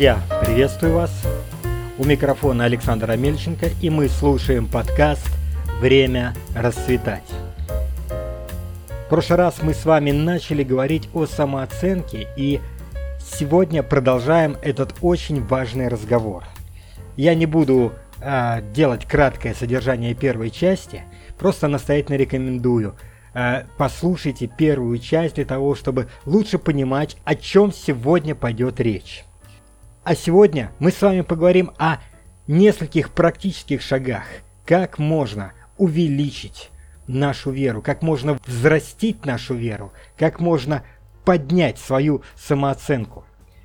Друзья, приветствую вас! У микрофона Александр Амельченко, и мы слушаем подкаст «Время расцветать». В прошлый раз мы с вами начали говорить о самооценке, и сегодня продолжаем этот очень важный разговор. Я не буду делать краткое содержание первой части, просто настоятельно рекомендую. Послушайте первую часть для того, чтобы лучше понимать, о чем сегодня пойдет речь. А сегодня мы с вами поговорим о нескольких практических шагах, как можно увеличить нашу веру, как можно взрастить нашу веру, как можно поднять свою самооценку.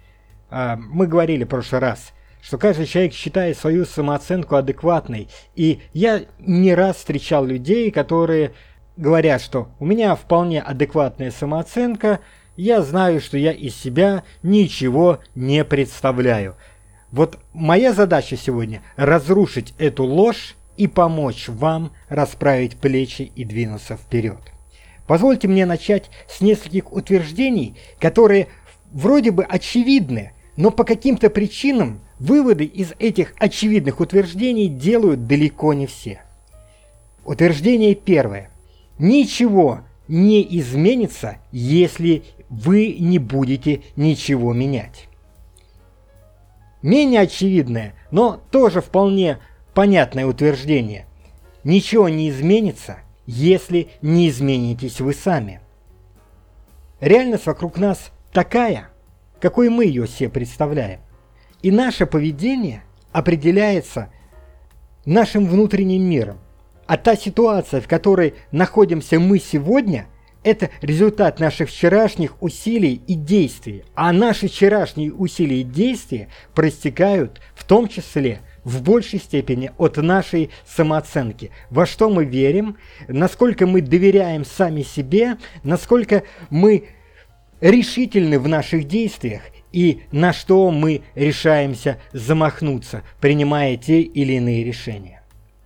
Мы говорили в прошлый раз, что каждый человек считает свою самооценку адекватной, и я не раз встречал людей, которые говорят, что у меня вполне адекватная самооценка, я знаю, что я из себя ничего не представляю. Вот моя задача сегодня – разрушить эту ложь и помочь вам расправить плечи и двинуться вперед. Позвольте мне начать с нескольких утверждений, которые вроде бы очевидны, но по каким-то причинам выводы из этих очевидных утверждений делают далеко не все. Утверждение первое. Ничего не изменится, если вы не будете ничего менять. Менее очевидное, но тоже вполне понятное утверждение. Ничего не изменится, если не изменитесь вы сами. Реальность вокруг нас такая, какой мы ее себе представляем. И наше поведение определяется нашим внутренним миром. А та ситуация, в которой находимся мы сегодня, это результат наших вчерашних усилий и действий. А наши вчерашние усилия и действия проистекают в том числе в большей степени от нашей самооценки. Во что мы верим, насколько мы доверяем сами себе, насколько мы решительны в наших действиях и на что мы решаемся замахнуться, принимая те или иные решения.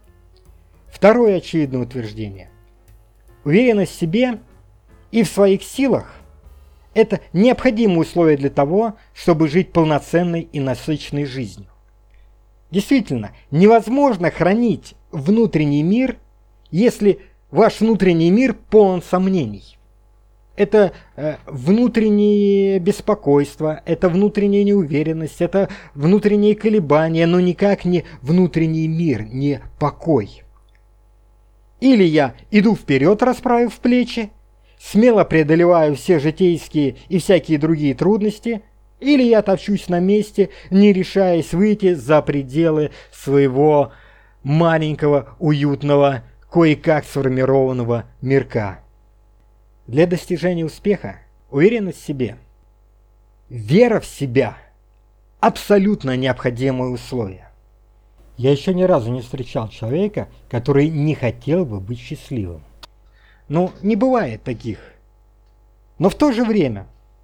Второе очевидное утверждение. Уверенность в себе и в своих силах – это необходимые условия для того, чтобы жить полноценной и насыщенной жизнью. Действительно, невозможно хранить внутренний мир, если ваш внутренний мир полон сомнений. Это внутреннее беспокойство, это внутренняя неуверенность, это внутренние колебания, но никак не внутренний мир, не покой. Или я иду вперед, расправив плечи, смело преодолеваю все житейские и всякие другие трудности, или я топчусь на месте, не решаясь выйти за пределы своего маленького, уютного, кое-как сформированного мирка. Для достижения успеха уверенность в себе, вера в себя – абсолютно необходимые условия. Я еще ни разу не встречал человека, который не хотел бы быть счастливым. Ну, не бывает таких. Но в то же время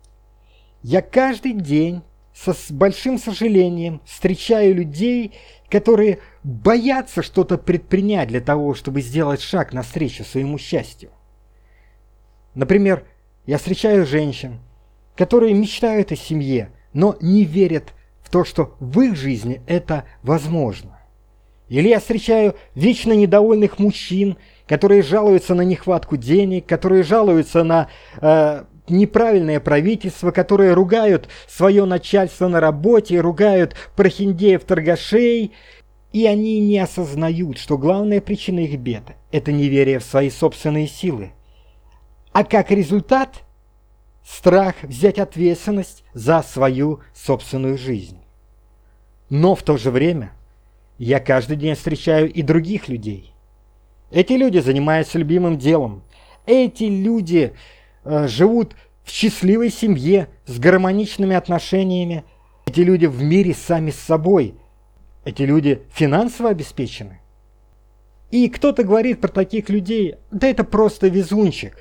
я каждый день с большим сожалением встречаю людей, которые боятся что-то предпринять для того, чтобы сделать шаг навстречу своему счастью. Например, я встречаю женщин, которые мечтают о семье, но не верят в то, что в их жизни это возможно. Или я встречаю вечно недовольных мужчин, которые жалуются на нехватку денег, которые жалуются на неправильное правительство, которые ругают свое начальство на работе, ругают прохиндеев-торгашей, и они не осознают, что главная причина их бед – это неверие в свои собственные силы. А как результат – страх взять ответственность за свою собственную жизнь. Но в то же время я каждый день встречаю и других людей. Эти люди занимаются любимым делом. Эти люди живут в счастливой семье, с гармоничными отношениями. Эти люди в мире сами с собой. Эти люди финансово обеспечены. И кто-то говорит про таких людей, да это просто везунчик.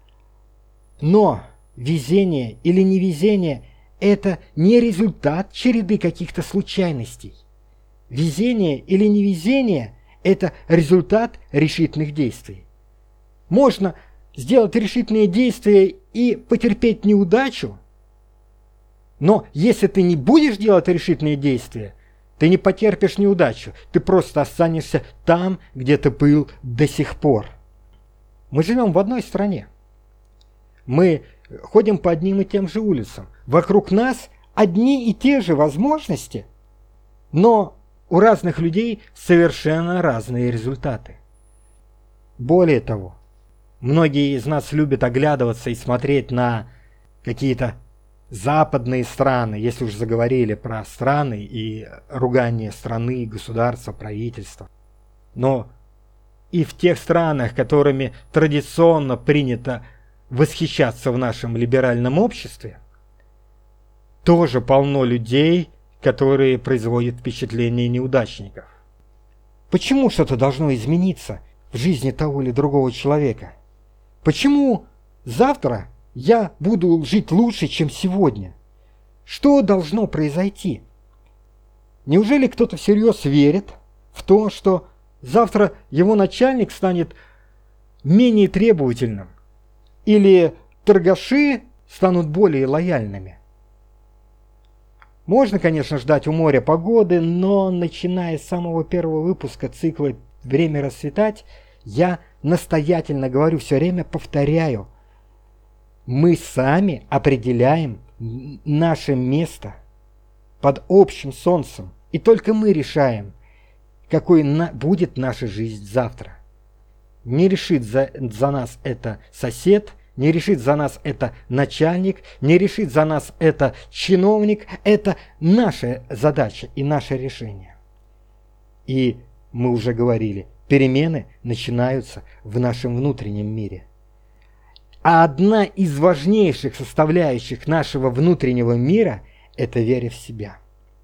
Но везение или невезение – это не результат череды каких-то случайностей. Везение или невезение – это результат решительных действий. Можно сделать решительные действия и потерпеть неудачу, Но если ты не будешь делать решительные действия, ты не потерпишь неудачу, ты просто останешься там, где ты был до сих пор. Мы живем в одной стране. Мы ходим по одним и тем же улицам. Вокруг нас одни и те же возможности, но у разных людей совершенно разные результаты. Более того, многие из нас любят оглядываться и смотреть на какие-то западные страны, если уж заговорили про страны и ругание страны, государства, правительства. Но и в тех странах, которыми традиционно принято восхищаться в нашем либеральном обществе, тоже полно людей, которые производят впечатление неудачников. Почему что-то должно измениться в жизни того или другого человека? Почему завтра я буду жить лучше, чем сегодня? Что должно произойти? Неужели кто-то всерьез верит в то, что завтра его начальник станет менее требовательным? Или торгаши станут более лояльными? Можно, конечно, ждать у моря погоды, но начиная с самого первого выпуска цикла «Время расцветать», я настоятельно говорю, все время повторяю, мы сами определяем наше место под общим солнцем, и только мы решаем, какой будет наша жизнь завтра. Не решит за нас это сосед, не решит за нас это начальник, не решит за нас это чиновник. Это наша задача и наше решение. И мы уже говорили, перемены начинаются в нашем внутреннем мире. А одна из важнейших составляющих нашего внутреннего мира – это вера в себя.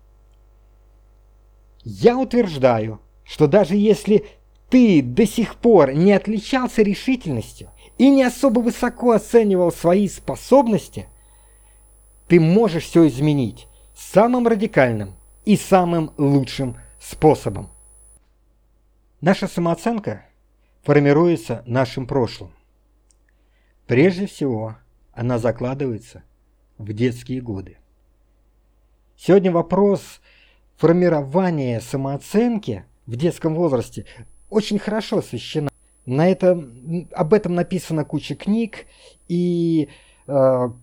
Я утверждаю, что даже если ты до сих пор не отличался решительностью и не особо высоко оценивал свои способности, ты можешь все изменить самым радикальным и самым лучшим способом. Наша самооценка формируется нашим прошлым. Прежде всего, она закладывается в детские годы. Сегодня вопрос формирования самооценки в детском возрасте очень хорошо освещена. Об этом написана куча книг, и я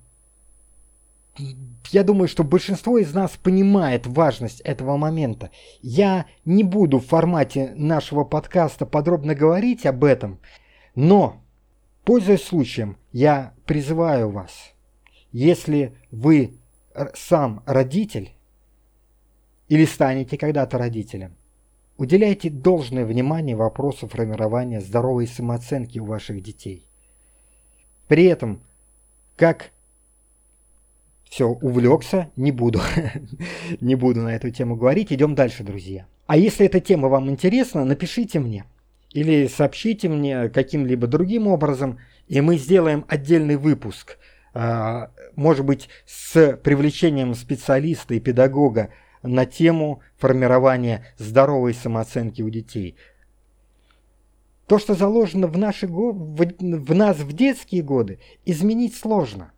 думаю, что большинство из нас понимает важность этого момента. Я не буду в формате нашего подкаста подробно говорить об этом, но, пользуясь случаем, я призываю вас, если вы сам родитель или станете когда-то родителем, уделяйте должное внимание вопросу формирования здоровой самооценки у ваших детей. При этом, как все, увлекся, не буду на эту тему говорить, идем дальше, друзья. А если эта тема вам интересна, напишите мне или сообщите мне каким-либо другим образом, и мы сделаем отдельный выпуск, может быть, с привлечением специалиста и педагога на тему формирования здоровой самооценки у детей. То, что заложено в нас в детские годы, изменить сложно.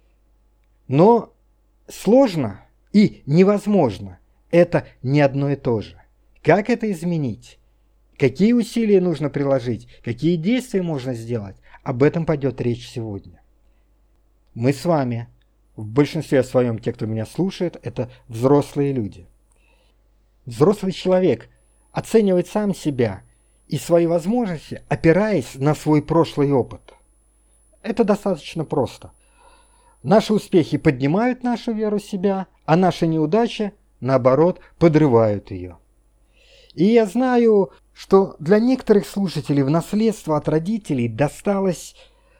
Но сложно и невозможно. Это не одно и то же. Как это изменить? Какие усилия нужно приложить? Какие действия можно сделать? Об этом пойдет речь сегодня. Мы с вами, в большинстве своем, те, кто меня слушает, это взрослые люди. Взрослый человек оценивает сам себя и свои возможности, опираясь на свой прошлый опыт. Это достаточно просто. Наши успехи поднимают нашу веру в себя, а наши неудачи, наоборот, подрывают ее. И я знаю, что для некоторых слушателей в наследство от родителей досталось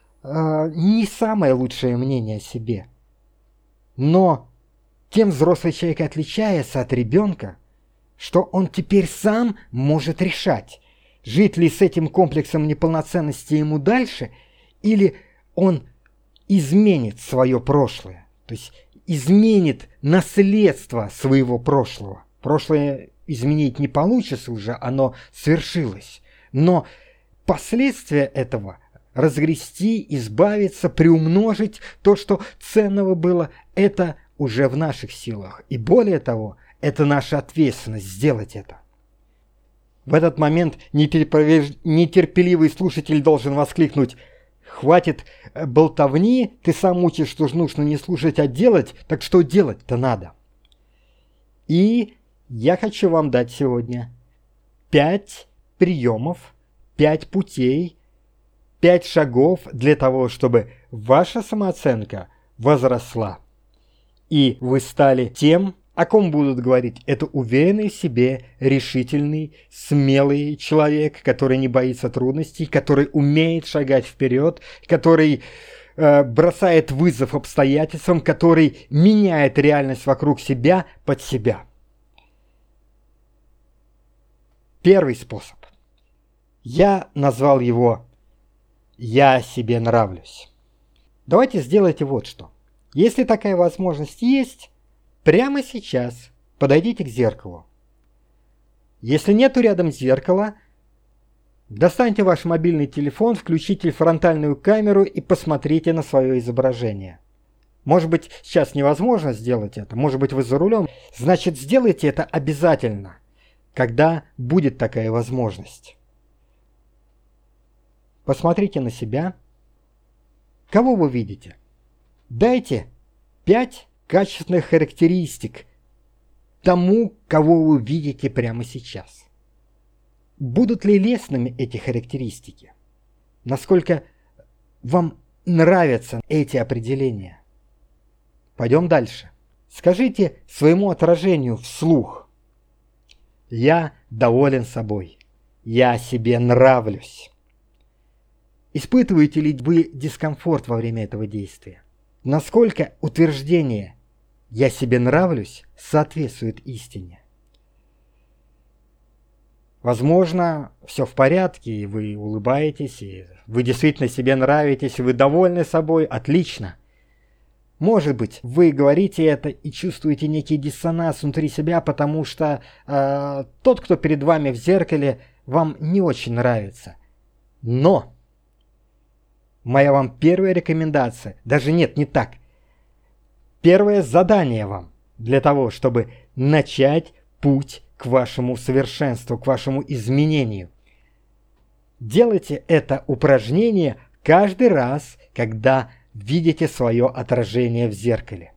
не самое лучшее мнение о себе. Но тем взрослый человек отличается от ребенка, что он теперь сам может решать, жить ли с этим комплексом неполноценности ему дальше, или он изменит свое прошлое, то есть изменит наследство своего прошлого. Прошлое изменить не получится уже, оно свершилось. Но последствия этого разгрести, избавиться, приумножить то, что ценного было, это уже в наших силах. И более того, это наша ответственность сделать это. В этот момент нетерпеливый слушатель должен воскликнуть: «Хватит болтовни, ты сам учишь, что нужно не слушать, а делать, так что делать-то надо». И я хочу вам дать сегодня 5 приемов, 5 путей, 5 шагов для того, чтобы ваша самооценка возросла. И вы стали тем, о ком будут говорить. Это уверенный в себе, решительный, смелый человек, который не боится трудностей, который умеет шагать вперед, который бросает вызов обстоятельствам, который меняет реальность вокруг себя под себя. Первый способ. Я назвал его «Я себе нравлюсь». Давайте сделайте вот что. Если такая возможность есть, прямо сейчас подойдите к зеркалу. Если нету рядом зеркала, достаньте ваш мобильный телефон, включите фронтальную камеру и посмотрите на свое изображение. Может быть, сейчас невозможно сделать это, может быть, вы за рулем. Значит, сделайте это обязательно, когда будет такая возможность. Посмотрите на себя. Кого вы видите? Дайте 5 качественных характеристик тому, кого вы видите прямо сейчас. Будут ли лестными эти характеристики? Насколько вам нравятся эти определения? Пойдем дальше. Скажите своему отражению вслух: «Я доволен собой. Я себе нравлюсь». Испытываете ли вы дискомфорт во время этого действия? Насколько утверждение «я себе нравлюсь» соответствует истине? Возможно, все в порядке, и вы улыбаетесь, и вы действительно себе нравитесь, и вы довольны собой, отлично. Может быть, вы говорите это и чувствуете некий диссонанс внутри себя, потому что тот, кто перед вами в зеркале, вам не очень нравится. Но моя вам первая рекомендация, даже нет, не так. Первое задание вам для того, чтобы начать путь к вашему совершенству, к вашему изменению. Делайте это упражнение каждый раз, когда видите свое отражение в зеркале.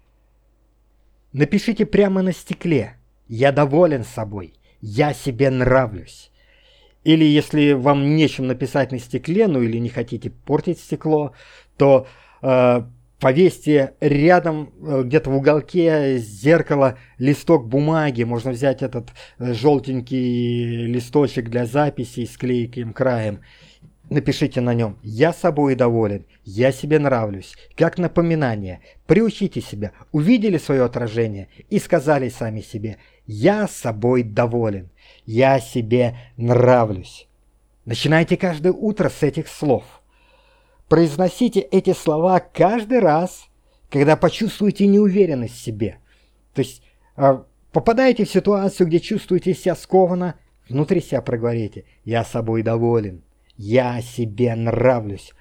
Напишите прямо на стекле: «Я доволен собой, я себе нравлюсь». Или если вам нечем написать на стекле, ну или не хотите портить стекло, то повесьте рядом, где-то в уголке зеркала, листок бумаги. Можно взять этот желтенький листочек для записей с клейким краем. Напишите на нем: «Я собой доволен, я себе нравлюсь». Как напоминание. Приучите себя. Увидели свое отражение и сказали сами себе: «Я собой доволен, я себе нравлюсь». Начинайте каждое утро с этих слов. Произносите эти слова каждый раз, когда почувствуете неуверенность в себе. То есть попадаете в ситуацию, где чувствуете себя скованно, внутри себя проговорите: «Я собой доволен, я себе нравлюсь».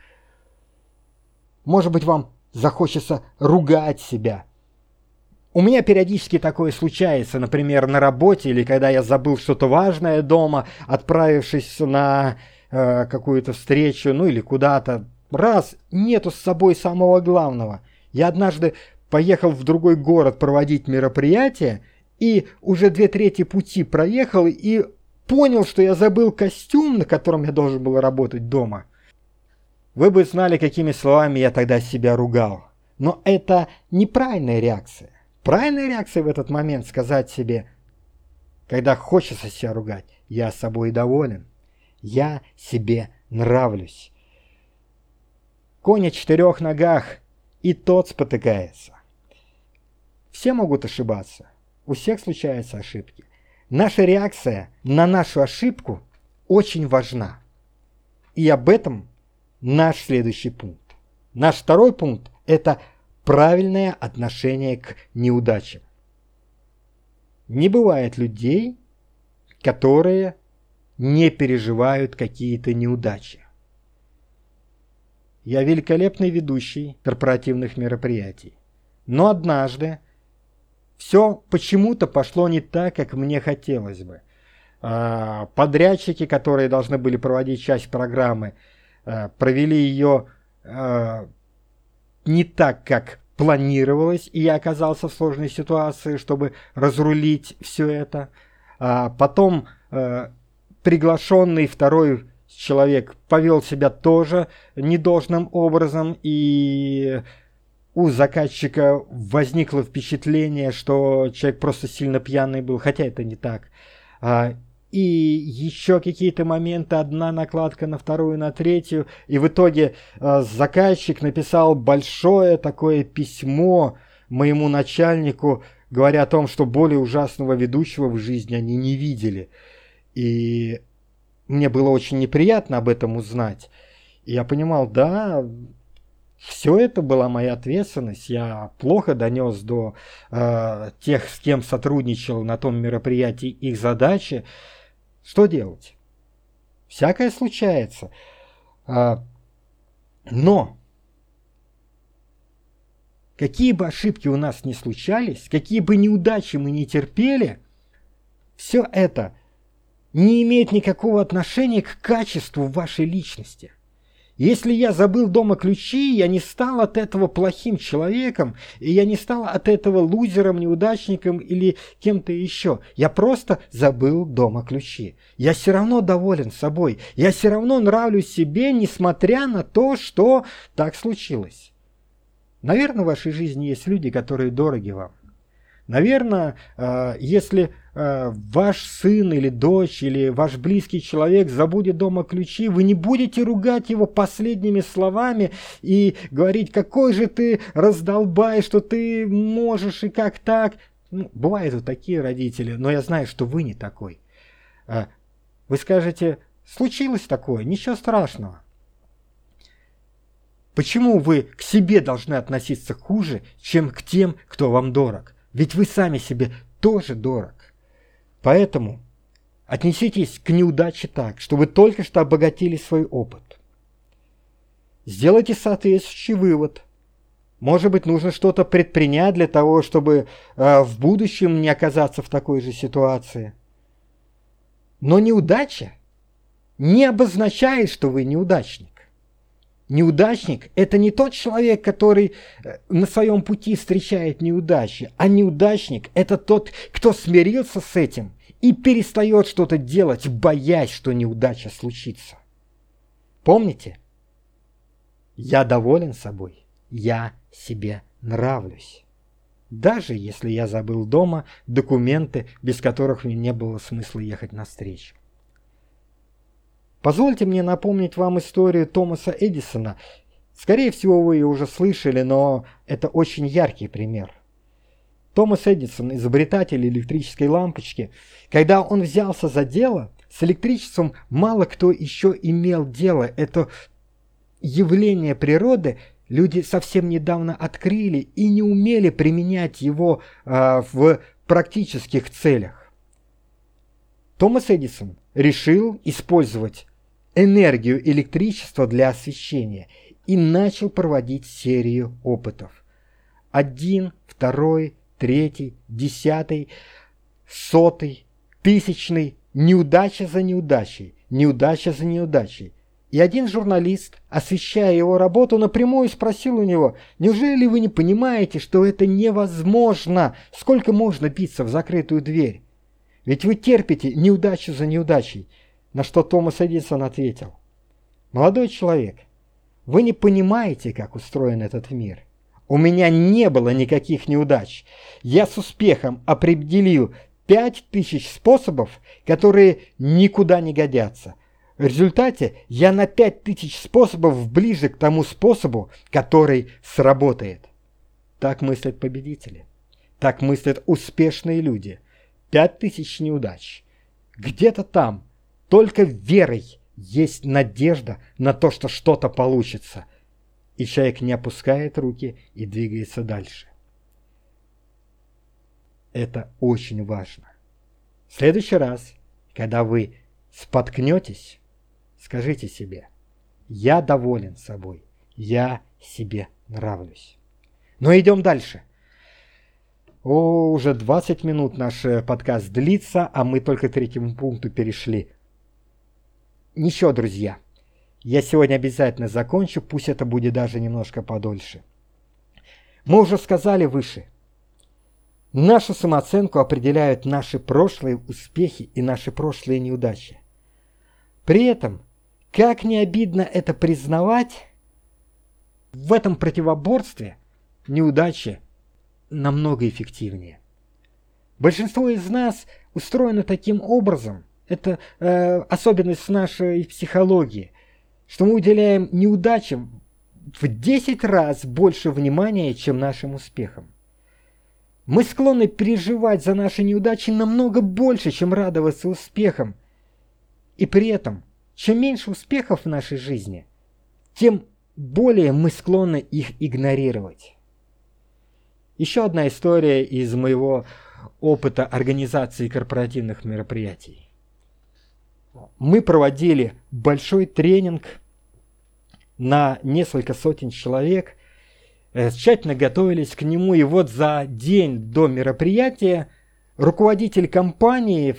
Может быть, вам захочется ругать себя. У меня периодически такое случается, например, на работе, или когда я забыл что-то важное дома, отправившись на какую-то встречу, ну или куда-то. Раз, нету с собой самого главного. Я однажды поехал в другой город проводить мероприятие, и уже 2/3 пути проехал, и понял, что я забыл костюм, на котором я должен был работать дома. Вы бы знали, какими словами я тогда себя ругал. Но это неправильная реакция. Правильная реакция в этот момент сказать себе, когда хочется себя ругать: «Я собой доволен, я себе нравлюсь». Конь о 4 ногах, и тот спотыкается. Все могут ошибаться, у всех случаются ошибки. Наша реакция на нашу ошибку очень важна. И об этом наш следующий пункт. Наш второй пункт – это правильное отношение к неудачам. Не бывает людей, которые не переживают какие-то неудачи. Я великолепный ведущий корпоративных мероприятий. Но однажды все почему-то пошло не так, как мне хотелось бы. Подрядчики, которые должны были проводить часть программы, провели ее не так, как планировалось, и я оказался в сложной ситуации, чтобы разрулить все это. Потом приглашенный второй человек повел себя тоже недолжным образом, и у заказчика возникло впечатление, что человек просто сильно пьяный был, хотя это не так. И еще какие-то моменты, одна накладка на вторую, на третью, и в итоге заказчик написал большое такое письмо моему начальнику, говоря о том, что более ужасного ведущего в жизни они не видели. И мне было очень неприятно об этом узнать. И я понимал, да, все это была моя ответственность. Я плохо донес до тех, с кем сотрудничал на том мероприятии, их задачи. Что делать? Всякое случается. Но какие бы ошибки у нас ни случались, какие бы неудачи мы ни терпели, все это не имеет никакого отношения к качеству вашей личности. Если я забыл дома ключи, я не стал от этого плохим человеком, и я не стал от этого лузером, неудачником или кем-то еще. Я просто забыл дома ключи. Я все равно доволен собой. Я все равно нравлюсь себе, несмотря на то, что так случилось. Наверное, в вашей жизни есть люди, которые дороги вам. Наверное, если ваш сын или дочь или ваш близкий человек забудет дома ключи, вы не будете ругать его последними словами и говорить, какой же ты раздолбай, что ты можешь и как так. Ну, бывают вот такие родители, но я знаю, что вы не такой. Вы скажете, случилось такое, ничего страшного. Почему вы к себе должны относиться хуже, чем к тем, кто вам дорог? Ведь вы сами себе тоже дорог. Поэтому отнеситесь к неудаче так, что вы только что обогатили свой опыт. Сделайте соответствующий вывод. Может быть, нужно что-то предпринять для того, чтобы в будущем не оказаться в такой же ситуации. Но неудача не обозначает, что вы неудачник. Неудачник – это не тот человек, который на своем пути встречает неудачи, а неудачник – это тот, кто смирился с этим и перестает что-то делать, боясь, что неудача случится. Помните? Я доволен собой, я себе нравлюсь. Даже если я забыл дома документы, без которых мне не было смысла ехать навстречу. Позвольте мне напомнить вам историю Томаса Эдисона. Скорее всего, вы ее уже слышали, но это очень яркий пример. Томас Эдисон, изобретатель электрической лампочки, когда он взялся за дело, с электричеством мало кто еще имел дело. Это явление природы люди совсем недавно открыли и не умели применять его в практических целях. Томас Эдисон решил использовать энергию электричества для освещения и начал проводить серию опытов. 1, 2, 3, 10, 100, 1000, неудача за неудачей, неудача за неудачей. И один журналист, освещая его работу, напрямую спросил у него: «Неужели вы не понимаете, что это невозможно? Сколько можно биться в закрытую дверь? Ведь вы терпите неудачу за неудачей». На что Томас Эдисон ответил: «Молодой человек, вы не понимаете, как устроен этот мир. У меня не было никаких неудач. Я с успехом определил 5000 способов, которые никуда не годятся. В результате я на 5000 способов ближе к тому способу, который сработает». Так мыслят победители. Так мыслят успешные люди. 5000 неудач. Где-то там только верой есть надежда на то, что что-то получится. И человек не опускает руки и двигается дальше. Это очень важно. В следующий раз, когда вы споткнетесь, скажите себе: «Я доволен собой, я себе нравлюсь». Но идем дальше. Уже 20 минут наш подкаст длится, а мы только к третьему пункту перешли. Ничего, друзья, я сегодня обязательно закончу, пусть это будет даже немножко подольше. Мы уже сказали выше, нашу самооценку определяют наши прошлые успехи и наши прошлые неудачи. При этом, как не обидно это признавать, в этом противоборстве неудачи намного эффективнее. Большинство из нас устроено таким образом, это особенность нашей психологии, что мы уделяем неудачам в 10 раз больше внимания, чем нашим успехам. Мы склонны переживать за наши неудачи намного больше, чем радоваться успехам. И при этом, чем меньше успехов в нашей жизни, тем более мы склонны их игнорировать. Еще одна история из моего опыта организации корпоративных мероприятий. Мы проводили большой тренинг на несколько сотен человек, тщательно готовились к нему, и вот за день до мероприятия руководитель компании,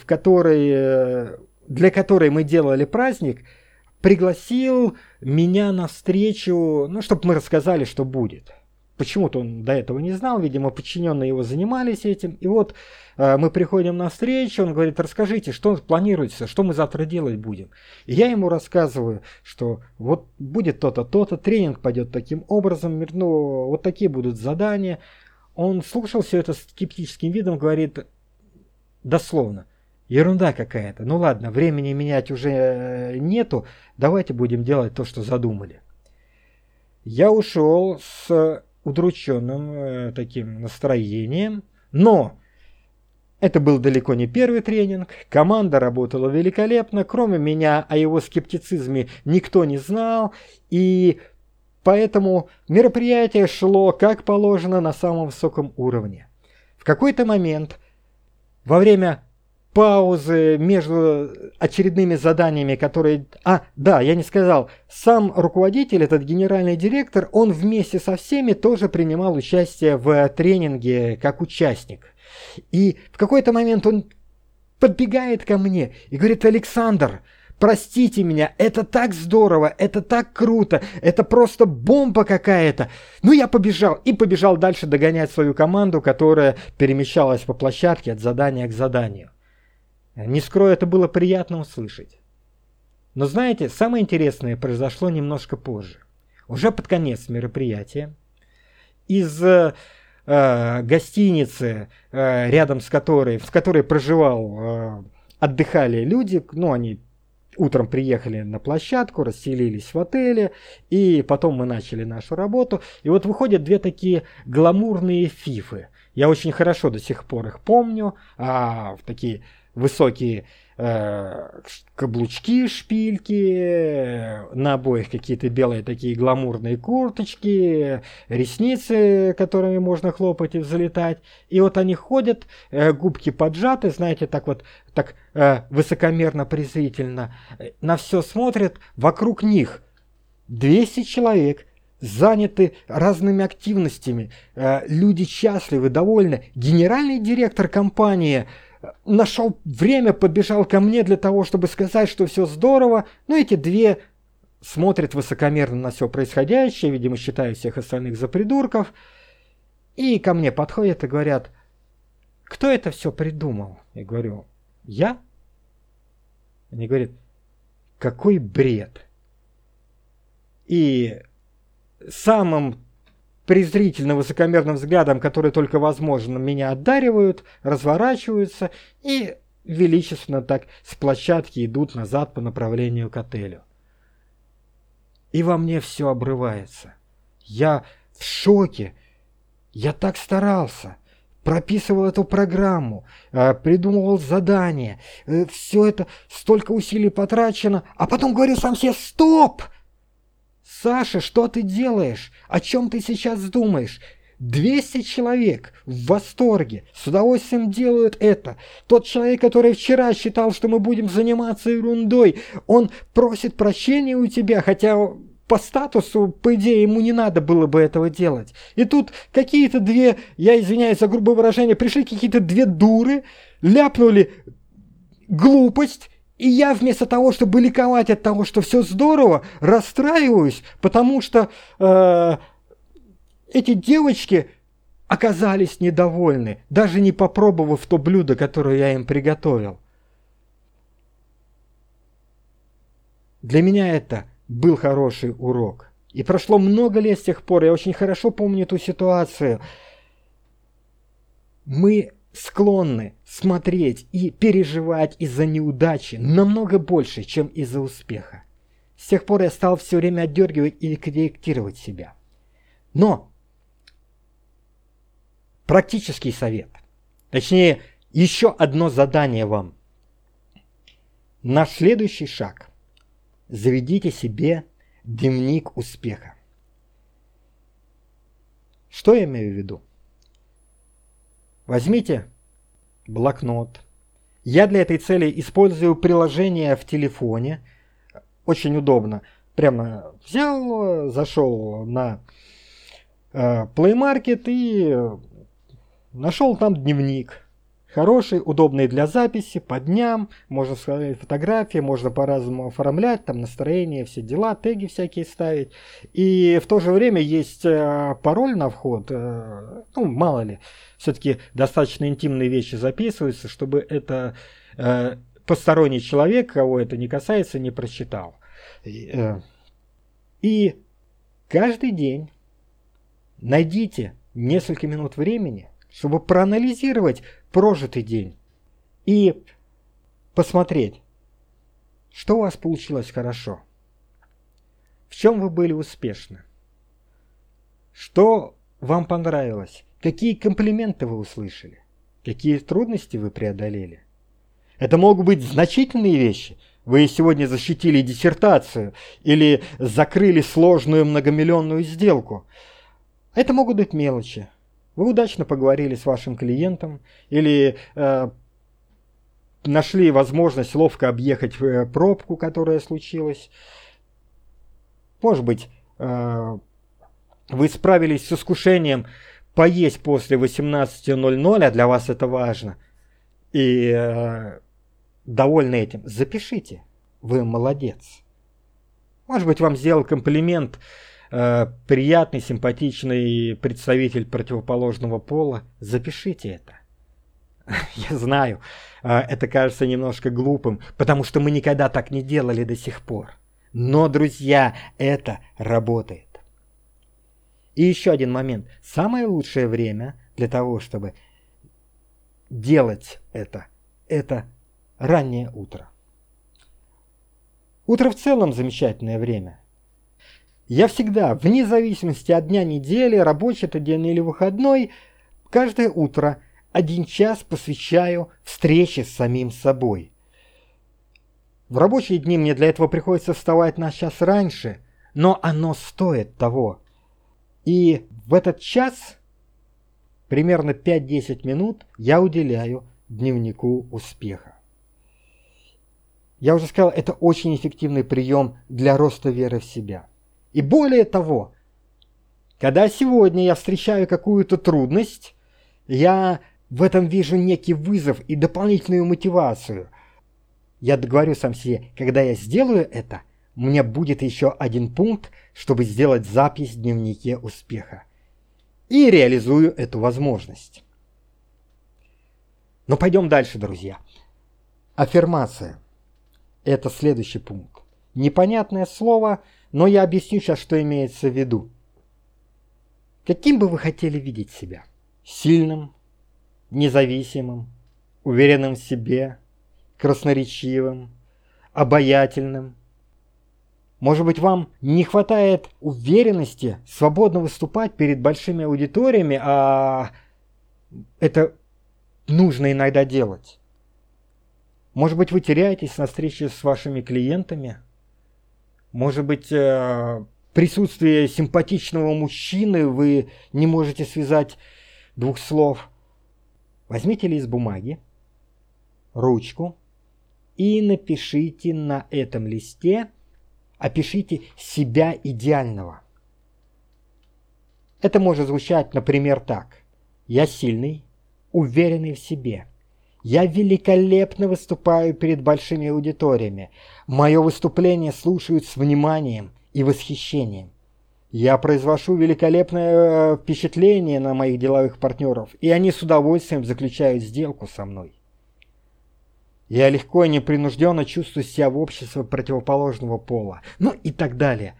для которой мы делали праздник, пригласил меня на встречу, чтобы мы рассказали, что будет. Почему-то он до этого не знал, видимо, подчиненные его занимались этим. И вот мы приходим на встречу, он говорит: расскажите, что планируется, что мы завтра делать будем. И я ему рассказываю, что вот будет то-то, то-то, тренинг пойдет таким образом, вот такие будут задания. Он слушал все это с скептическим видом, говорит дословно: ерунда какая-то, ну ладно, времени менять уже нету, давайте будем делать то, что задумали. Я ушел с удрученным таким настроением, но это был далеко не первый тренинг, команда работала великолепно, кроме меня о его скептицизме никто не знал, и поэтому мероприятие шло как положено на самом высоком уровне. В какой-то момент, во время паузы между очередными заданиями, которые... я не сказал, сам руководитель, этот генеральный директор, он вместе со всеми тоже принимал участие в тренинге как участник. И в какой-то момент он подбегает ко мне и говорит: Александр, простите меня, это так здорово, это так круто, это просто бомба какая-то. Ну, я побежал дальше догонять свою команду, которая перемещалась по площадке от задания к заданию. Не скрою, это было приятно услышать. Но знаете, самое интересное произошло немножко позже. Уже под конец мероприятия из гостиницы, рядом с которой, в которой отдыхали люди, они утром приехали на площадку, расселились в отеле, и потом мы начали нашу работу. И вот выходят две такие гламурные фифы. Я очень хорошо до сих пор их помню, такие высокие каблучки, шпильки, на обоих какие-то белые такие гламурные курточки, ресницы, которыми можно хлопать и взлетать. И вот они ходят, губки поджаты, знаете, так высокомерно, презрительно, на все смотрят. Вокруг них 200 человек, заняты разными активностями, люди счастливы, довольны. Генеральный директор компании нашел время, подбежал ко мне для того, чтобы сказать, что все здорово, но эти две смотрят высокомерно на все происходящее, видимо, считая всех остальных за придурков, и ко мне подходят и говорят: кто это все придумал? Я говорю: я? Они говорят: какой бред. И самым презрительно высокомерным взглядом, который только возможно, меня одаривают, разворачиваются и величественно так с площадки идут назад по направлению к отелю. И во мне все обрывается. Я в шоке. Я так старался. Прописывал эту программу, придумывал задания. Все это, столько усилий потрачено. А потом говорю сам себе: стоп! Саша, что ты делаешь? О чем ты сейчас думаешь? 200 человек в восторге, с удовольствием делают это. Тот человек, который вчера считал, что мы будем заниматься ерундой, он просит прощения у тебя, хотя по статусу, по идее, ему не надо было бы этого делать. И тут какие-то две, я извиняюсь за грубое выражение, пришли какие-то две дуры, ляпнули глупость, и я вместо того, чтобы ликовать от того, что все здорово, расстраиваюсь, потому что эти девочки оказались недовольны, даже не попробовав то блюдо, которое я им приготовил. Для меня это был хороший урок. И прошло много лет с тех пор, я очень хорошо помню эту ситуацию. Мы склонны смотреть и переживать из-за неудачи намного больше, чем из-за успеха. С тех пор я стал все время отдергивать и корректировать себя. Но практический совет, точнее, еще одно задание вам. Наш следующий шаг. Заведите себе дневник успеха. Что я имею в виду? Возьмите блокнот. Я для этой цели использую приложение в телефоне. Очень удобно. Прямо взял, зашел на Play Market и нашел там дневник. Хороший, удобный для записи, по дням, можно сказать, фотографии, можно по-разному оформлять, там настроение, все дела, теги всякие ставить. И в то же время есть пароль на вход, ну, мало ли, все-таки достаточно интимные вещи записываются, чтобы это посторонний человек, кого это не касается, не прочитал. И каждый день найдите несколько минут времени, чтобы проанализировать прожитый день и посмотреть, что у вас получилось хорошо, в чем вы были успешны, что вам понравилось, какие комплименты вы услышали, какие трудности вы преодолели. Это могут быть значительные вещи. Вы сегодня защитили диссертацию или закрыли сложную многомиллионную сделку. Это могут быть мелочи. Вы удачно поговорили с вашим клиентом или нашли возможность ловко объехать пробку, которая случилась. Может быть, вы справились с искушением поесть после 18:00, а для вас это важно. И довольны этим. Запишите. Вы молодец. Может быть, вам сделал комплимент приятный, симпатичный представитель противоположного пола. Запишите это. Я знаю, это кажется немножко глупым, потому что мы никогда так не делали до сих пор. Но, друзья, это работает. И еще один момент. Самое лучшее время для того, чтобы делать это раннее утро. Утро в целом замечательное время. Я всегда, вне зависимости от дня недели, рабочий это день или выходной, каждое утро 1 час посвящаю встрече с самим собой. В рабочие дни мне для этого приходится вставать на час раньше, но оно стоит того. И в этот час, примерно 5-10 минут, я уделяю дневнику успеха. Я уже сказал, это очень эффективный прием для роста веры в себя. И более того, когда сегодня я встречаю какую-то трудность, я в этом вижу некий вызов и дополнительную мотивацию. Я говорю сам себе, когда я сделаю это, у меня будет еще 1 пункт, чтобы сделать запись в дневнике успеха. И реализую эту возможность. Но пойдем дальше, друзья. Аффирмация. Это следующий пункт. Непонятное слово, но я объясню сейчас, что имеется в виду. Каким бы вы хотели видеть себя? Сильным, независимым, уверенным в себе, красноречивым, обаятельным. Может быть, вам не хватает уверенности свободно выступать перед большими аудиториями, а это нужно иногда делать. Может быть, вы теряетесь на встрече с вашими клиентами. Может быть, присутствие симпатичного мужчины вы не можете связать 2 слов. Возьмите лист бумаги, ручку и напишите на этом листе Опишите себя идеального. Это может звучать, например, так. Я сильный, уверенный в себе. Я великолепно выступаю перед большими аудиториями. Мое выступление слушают с вниманием и восхищением. Я произвожу великолепное впечатление на моих деловых партнеров, и они с удовольствием заключают сделку со мной. Я легко и непринужденно чувствую себя в обществе противоположного пола. Ну и так далее.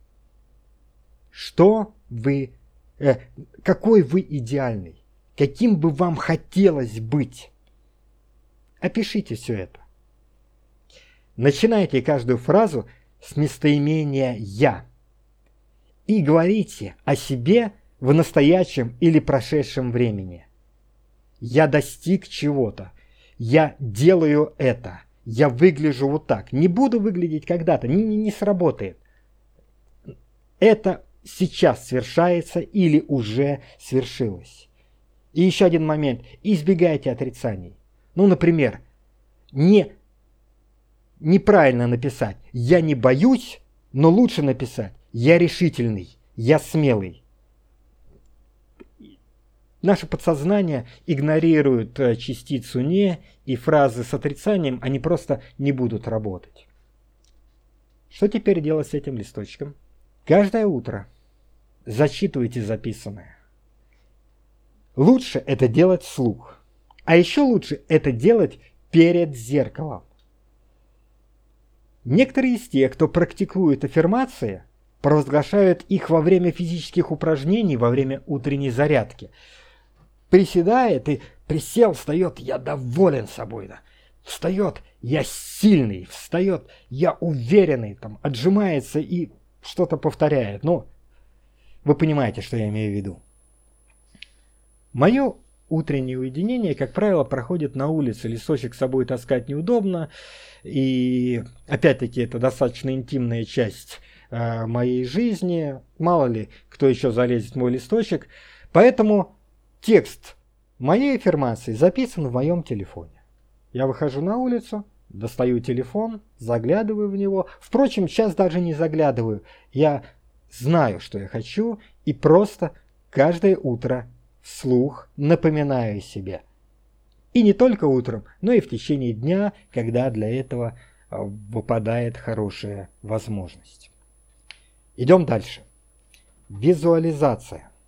Какой вы идеальный? Каким бы вам хотелось быть? Опишите все это. Начинайте каждую фразу с местоимения «я» и говорите о себе в настоящем или прошедшем времени. Я достиг чего-то. Я делаю это. Я выгляжу вот так. Не буду выглядеть когда-то. Не сработает. Это сейчас свершается или уже свершилось. И еще один момент. Избегайте отрицаний. Ну, например, неправильно написать «я не боюсь», но лучше написать «я решительный», «я смелый». Наше подсознание игнорирует частицу «не», и фразы с отрицанием, они просто не будут работать. Что теперь делать с этим листочком? Каждое утро зачитывайте записанное. Лучше это делать вслух. А еще лучше это делать перед зеркалом. Некоторые из тех, кто практикует аффирмации, провозглашают их во время физических упражнений, во время утренней зарядки. Приседает и присел, встает, я доволен собой. Да. Встает, я сильный, встает, я уверенный, там, отжимается и что-то повторяет. Ну, вы понимаете, что я имею в виду. Мое утреннее уединение, как правило, проходит на улице. Листочек с собой таскать неудобно. И опять-таки это достаточно интимная часть моей жизни. Мало ли, кто еще залезет в мой листочек. Поэтому текст моей аффирмации записан в моем телефоне. Я выхожу на улицу, достаю телефон, заглядываю в него. Впрочем, сейчас даже не заглядываю. Я знаю, что я хочу, и просто каждое утро вслух напоминаю себе. И не только утром, но и в течение дня, когда для этого выпадает хорошая возможность. Идем дальше. Визуализация.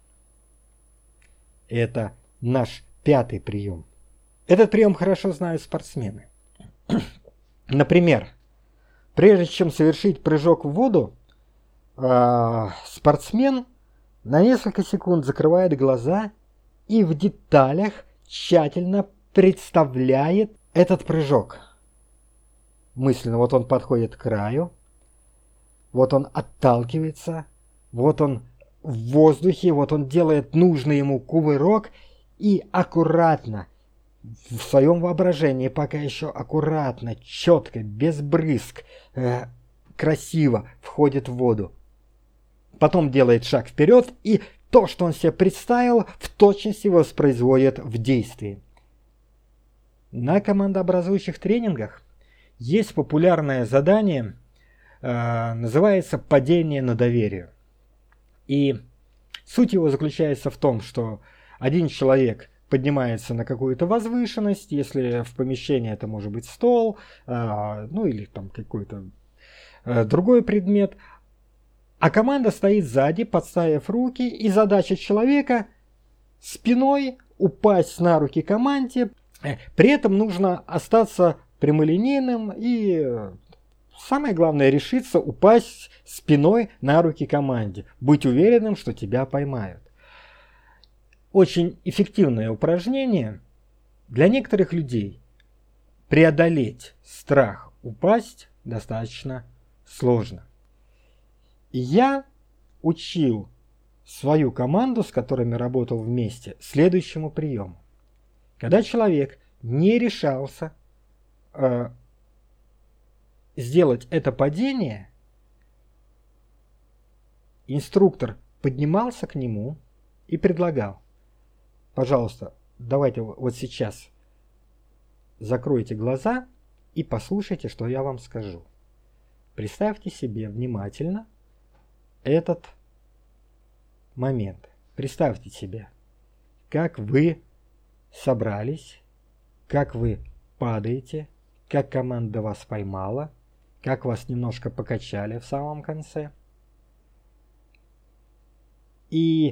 Это наш 5-й прием. Этот прием хорошо знают спортсмены. Например, прежде чем совершить прыжок в воду, спортсмен на несколько секунд закрывает глаза и в деталях тщательно представляет этот прыжок. Мысленно, вот он подходит к краю, вот он отталкивается, вот он в воздухе, вот он делает нужный ему кувырок и аккуратно, в своем воображении пока еще аккуратно, четко, без брызг, красиво входит в воду. Потом делает шаг вперед и то, что он себе представил, в точности воспроизводит в действии. На командообразующих тренингах есть популярное задание, называется «Падение на доверие». И суть его заключается в том, что один человек поднимается на какую-то возвышенность, если в помещении это может быть стол, ну или там какой-то другой предмет, а команда стоит сзади, подставив руки, и задача человека спиной упасть на руки команде. При этом нужно остаться прямолинейным и, самое главное, решиться упасть спиной на руки команде. Быть уверенным, что тебя поймают. Очень эффективное упражнение. Для некоторых людей преодолеть страх упасть достаточно сложно. И я учил свою команду, с которыми работал вместе, следующему приему. Когда человек не решался сделать это падение, инструктор поднимался к нему и предлагал: пожалуйста, давайте вот сейчас закройте глаза и послушайте, что я вам скажу. Представьте себе внимательно этот момент. Представьте себе, как вы собрались, как вы падаете, как команда вас поймала, как вас немножко покачали в самом конце. И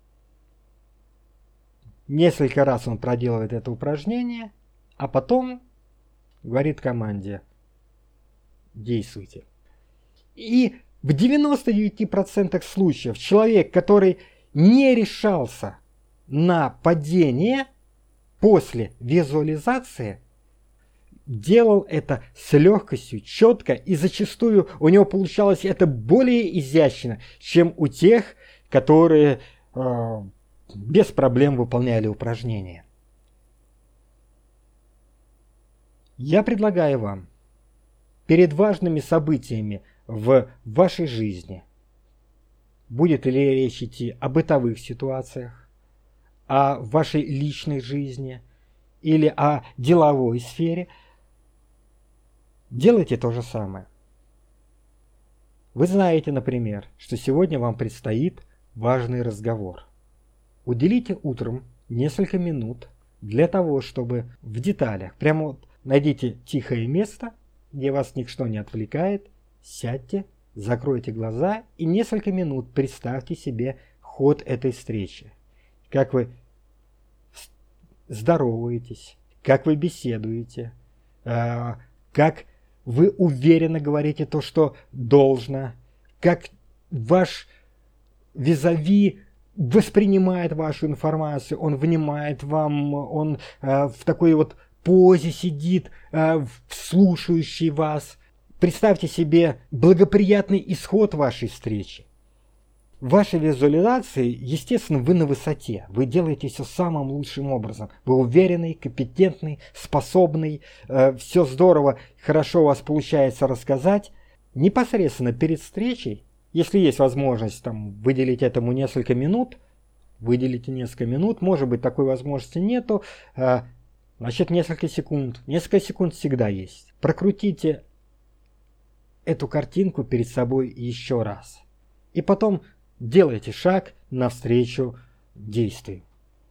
несколько раз он проделывает это упражнение, а потом говорит команде: действуйте. И в 99% случаев человек, который не решался на падение после визуализации, делал это с легкостью, четко, и зачастую у него получалось это более изящно, чем у тех, которые без проблем выполняли упражнения. Я предлагаю вам перед важными событиями в вашей жизни, будет ли речь идти о бытовых ситуациях, о вашей личной жизни или о деловой сфере, делайте то же самое. Вы знаете, например, что сегодня вам предстоит важный разговор. Уделите утром несколько минут для того, чтобы в деталях, прямо вот найдите тихое место, где вас ничто не отвлекает, сядьте, закройте глаза и несколько минут представьте себе ход этой встречи. Как вы здороваетесь, как вы беседуете, как вы уверенно говорите то, что должно, как ваш визави воспринимает вашу информацию, он внимает вам, он в такой вот позе сидит, слушающий вас. Представьте себе благоприятный исход вашей встречи. В вашей визуализации, естественно, вы на высоте. Вы делаете все самым лучшим образом. Вы уверенный, компетентный, способный. Все здорово, хорошо у вас получается рассказать. Непосредственно перед встречей, если есть возможность выделить этому несколько минут, выделите несколько минут. Может быть, такой возможности нету. Значит, несколько секунд. Несколько секунд всегда есть. Прокрутите эту картинку перед собой еще раз. И потом делайте шаг навстречу действию.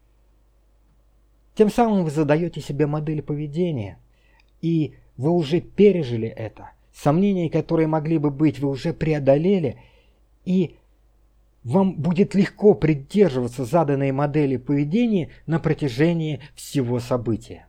Тем самым вы задаете себе модель поведения, и вы уже пережили это. Сомнения, которые могли бы быть, вы уже преодолели, и вам будет легко придерживаться заданной модели поведения на протяжении всего события.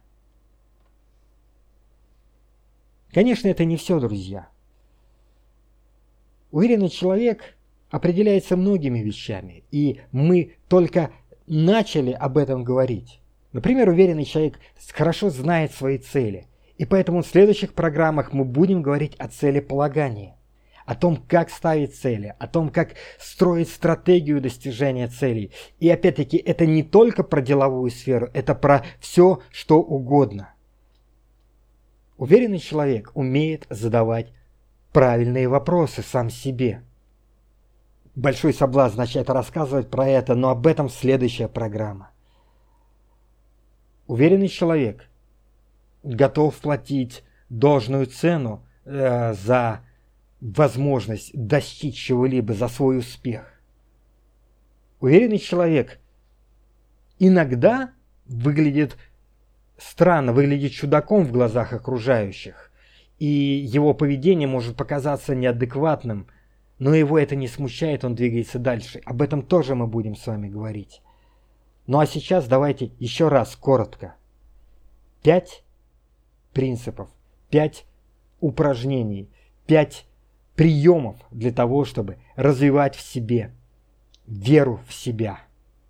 Конечно, это не все, друзья. Уверенный человек определяется многими вещами, и мы только начали об этом говорить. Например, уверенный человек хорошо знает свои цели, и поэтому в следующих программах мы будем говорить о целеполагании, о том, как ставить цели, о том, как строить стратегию достижения целей. И опять-таки, это не только про деловую сферу, это про все, что угодно. Уверенный человек умеет задавать правильные вопросы сам себе. Большой соблазн начать рассказывать про это, но об этом следующая программа. Уверенный человек готов платить должную цену за возможность достичь чего-либо, за свой успех. Уверенный человек иногда выглядит странно, выглядит чудаком в глазах окружающих, и его поведение может показаться неадекватным, но его это не смущает, он двигается дальше. Об этом тоже мы будем с вами говорить. Ну а сейчас давайте еще раз коротко. 5 принципов, 5 упражнений, 5 приемов для того, чтобы развивать в себе веру в себя.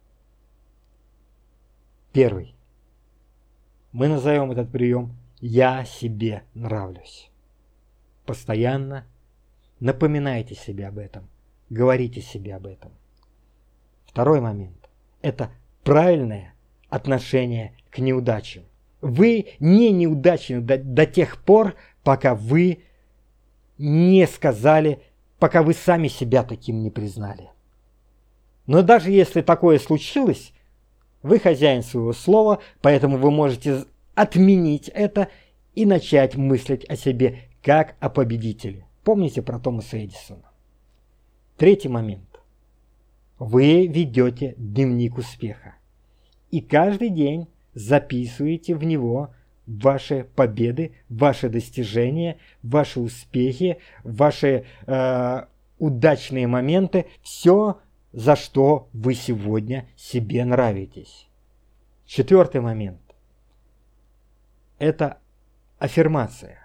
Первый. Мы назовем этот прием «Я себе нравлюсь». Постоянно напоминайте себе об этом, говорите себе об этом. Второй момент – это правильное отношение к неудачам. Вы не неудачны до тех пор, пока вы не сказали, пока вы сами себя таким не признали. Но даже если такое случилось, вы хозяин своего слова, поэтому вы можете отменить это и начать мыслить о себе как о победителе. Помните про Томаса Эдисона. Третий момент. Вы ведете дневник успеха. И каждый день записываете в него ваши победы, ваши достижения, ваши успехи, ваши удачные моменты, все, за что вы сегодня себе нравитесь. Четвертый момент. Это аффирмация.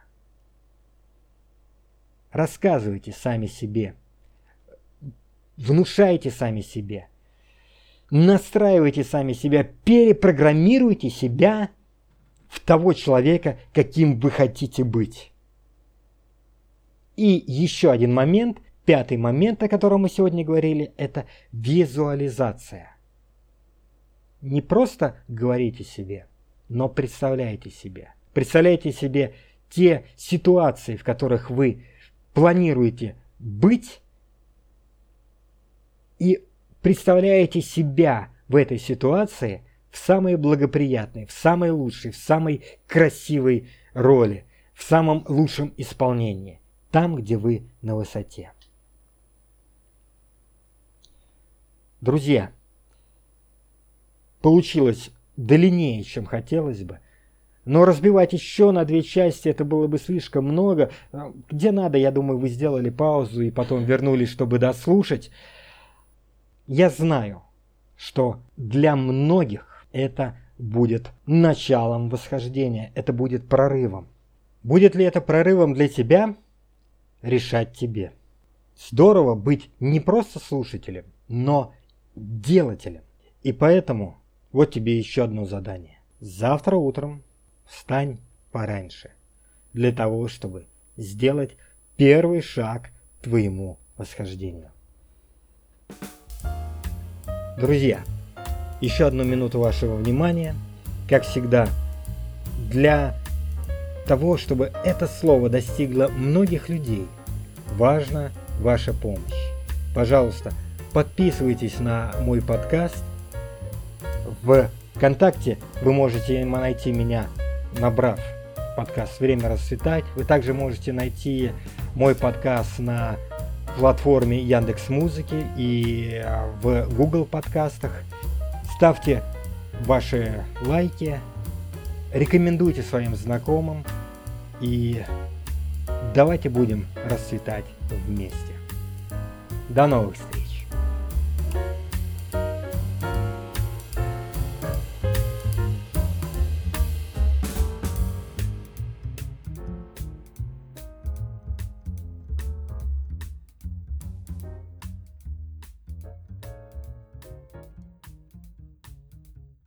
Рассказывайте сами себе, внушайте сами себе, настраивайте сами себя, перепрограммируйте себя в того человека, каким вы хотите быть. И еще один момент, пятый момент, о котором мы сегодня говорили, это визуализация. Не просто говорите себе, но представляйте себе. Представляйте себе те ситуации, в которых вы планируете быть, и представляете себя в этой ситуации в самой благоприятной, в самой лучшей, в самой красивой роли, в самом лучшем исполнении, там, где вы на высоте. Друзья, получилось длиннее, чем хотелось бы, но разбивать еще на две части это было бы слишком много. Где надо, я думаю, вы сделали паузу и потом вернулись, чтобы дослушать. Я знаю, что для многих это будет началом восхождения, это будет прорывом. Будет ли это прорывом для тебя, решать тебе. Здорово быть не просто слушателем, но делателем. И поэтому вот тебе еще одно задание. Завтра утром встань пораньше, для того, чтобы сделать первый шаг к твоему восхождению. Друзья, еще одну минуту вашего внимания. Как всегда, для того, чтобы это слово достигло многих людей, важна ваша помощь. Пожалуйста, подписывайтесь на мой подкаст. В ВКонтакте вы можете найти меня, набрав подкаст «Время расцветать». Вы также можете найти мой подкаст на платформе Яндекс.Музыки и в Google подкастах. Ставьте ваши лайки, рекомендуйте своим знакомым и давайте будем расцветать вместе. До новых встреч!